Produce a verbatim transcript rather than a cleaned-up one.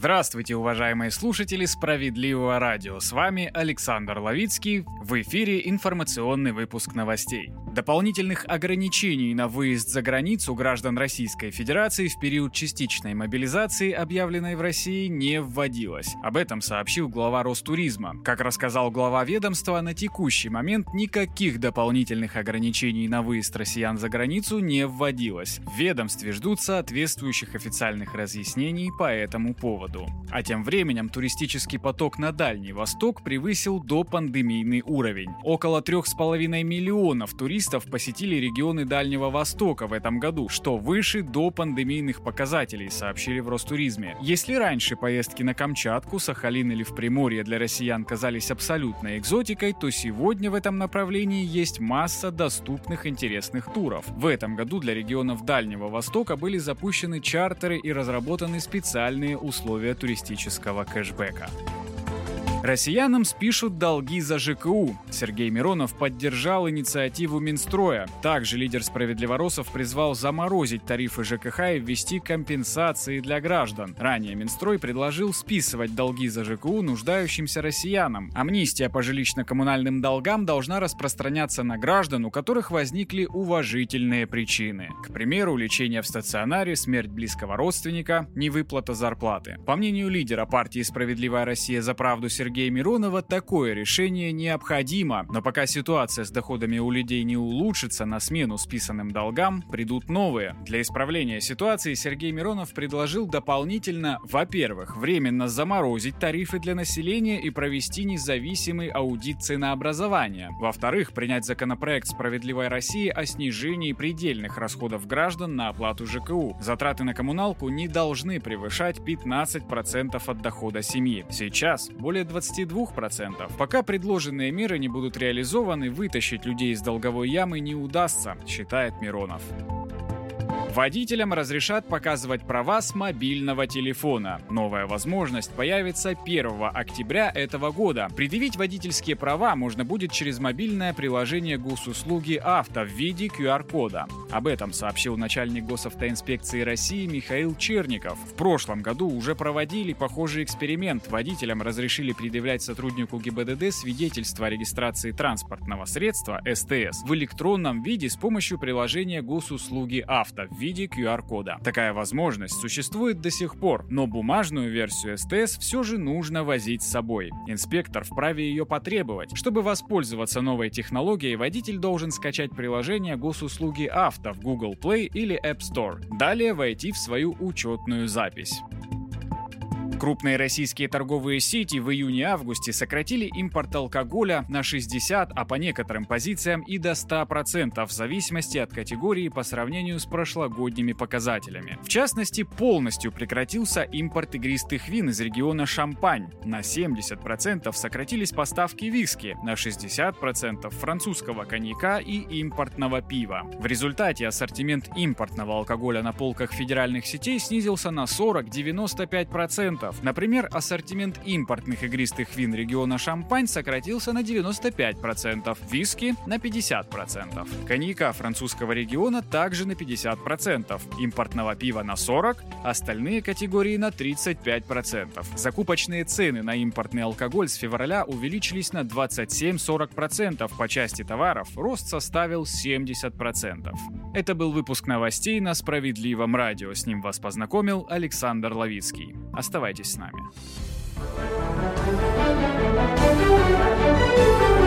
Здравствуйте, уважаемые слушатели Справедливого радио. С вами Александр Ловицкий. В эфире информационный выпуск новостей. Дополнительных ограничений на выезд за границу граждан Российской Федерации в период частичной мобилизации, объявленной в России, не вводилось. Об этом сообщил глава Ростуризма. Как рассказал глава ведомства, на текущий момент никаких дополнительных ограничений на выезд россиян за границу не вводилось. В ведомстве ждут соответствующих официальных разъяснений по этому поводу. А тем временем туристический поток на Дальний Восток превысил допандемийный уровень. Около трех с половиной миллионов туристов посетили регионы Дальнего Востока в этом году, что выше допандемийных показателей, сообщили в Ростуризме. Если раньше поездки на Камчатку, Сахалин или в Приморье для россиян казались абсолютной экзотикой, то сегодня в этом направлении есть масса доступных интересных туров. В этом году для регионов Дальнего Востока были запущены чартеры и разработаны специальные условия туристического кэшбэка. Россиянам спишут долги за ЖКУ. Сергей Миронов поддержал инициативу Минстроя. Также лидер справедливоросов призвал заморозить тарифы ЖКХ и ввести компенсации для граждан. Ранее Минстрой предложил списывать долги за ЖКУ нуждающимся россиянам. Амнистия по жилищно-коммунальным долгам должна распространяться на граждан, у которых возникли уважительные причины. К примеру, лечение в стационаре, смерть близкого родственника, невыплата зарплаты. По мнению лидера партии «Справедливая Россия за правду» Сергея Сергея Миронова, такое решение необходимо, но пока ситуация с доходами у людей не улучшится, на смену списанным долгам придут новые. Для исправления ситуации Сергей Миронов предложил дополнительно, во-первых, временно заморозить тарифы для населения и провести независимый аудит ценообразования. Во-вторых, принять законопроект «Справедливая Россия» о снижении предельных расходов граждан на оплату ЖКУ. Затраты на коммуналку не должны превышать пятнадцать процентов от дохода семьи. Сейчас более двадцать два процента. Пока предложенные меры не будут реализованы, вытащить людей из долговой ямы не удастся, считает Миронов. Водителям разрешат показывать права с мобильного телефона. Новая возможность появится первого октября этого года. Предъявить водительские права можно будет через мобильное приложение госуслуги «Авто» в виде ку ар-кода. Об этом сообщил начальник госавтоинспекции России Михаил Черников. В прошлом году уже проводили похожий эксперимент. Водителям разрешили предъявлять сотруднику ГИБДД свидетельство о регистрации транспортного средства эс тэ эс в электронном виде с помощью приложения госуслуги «Авто» в виде ку ар-кода. Такая возможность существует до сих пор, но бумажную версию эс тэ эс все же нужно возить с собой. Инспектор вправе ее потребовать. Чтобы воспользоваться новой технологией, водитель должен скачать приложение госуслуги «Авто» в Google Play или App Store. Далее войти в свою учетную запись. Крупные российские торговые сети в июне-августе сократили импорт алкоголя на шестьдесят, а по некоторым позициям и до ста процентов в зависимости от категории по сравнению с прошлогодними показателями. В частности, полностью прекратился импорт игристых вин из региона Шампань. На семьдесят процентов сократились поставки виски, на шестьдесят процентов французского коньяка и импортного пива. В результате ассортимент импортного алкоголя на полках федеральных сетей снизился на сорок-девяносто пять процентов. Например, ассортимент импортных игристых вин региона Шампань сократился на девяносто пять процентов, виски на пятьдесят процентов. Коньяка французского региона также на пятьдесят процентов, импортного пива на сорок процентов, остальные категории на тридцать пять процентов. Закупочные цены на импортный алкоголь с февраля увеличились на двадцать семь-сорок процентов, по части товаров рост составил семьдесят процентов. Это был выпуск новостей на Справедливом радио. С ним вас познакомил Александр Ловицкий. Оставайтесь с нами.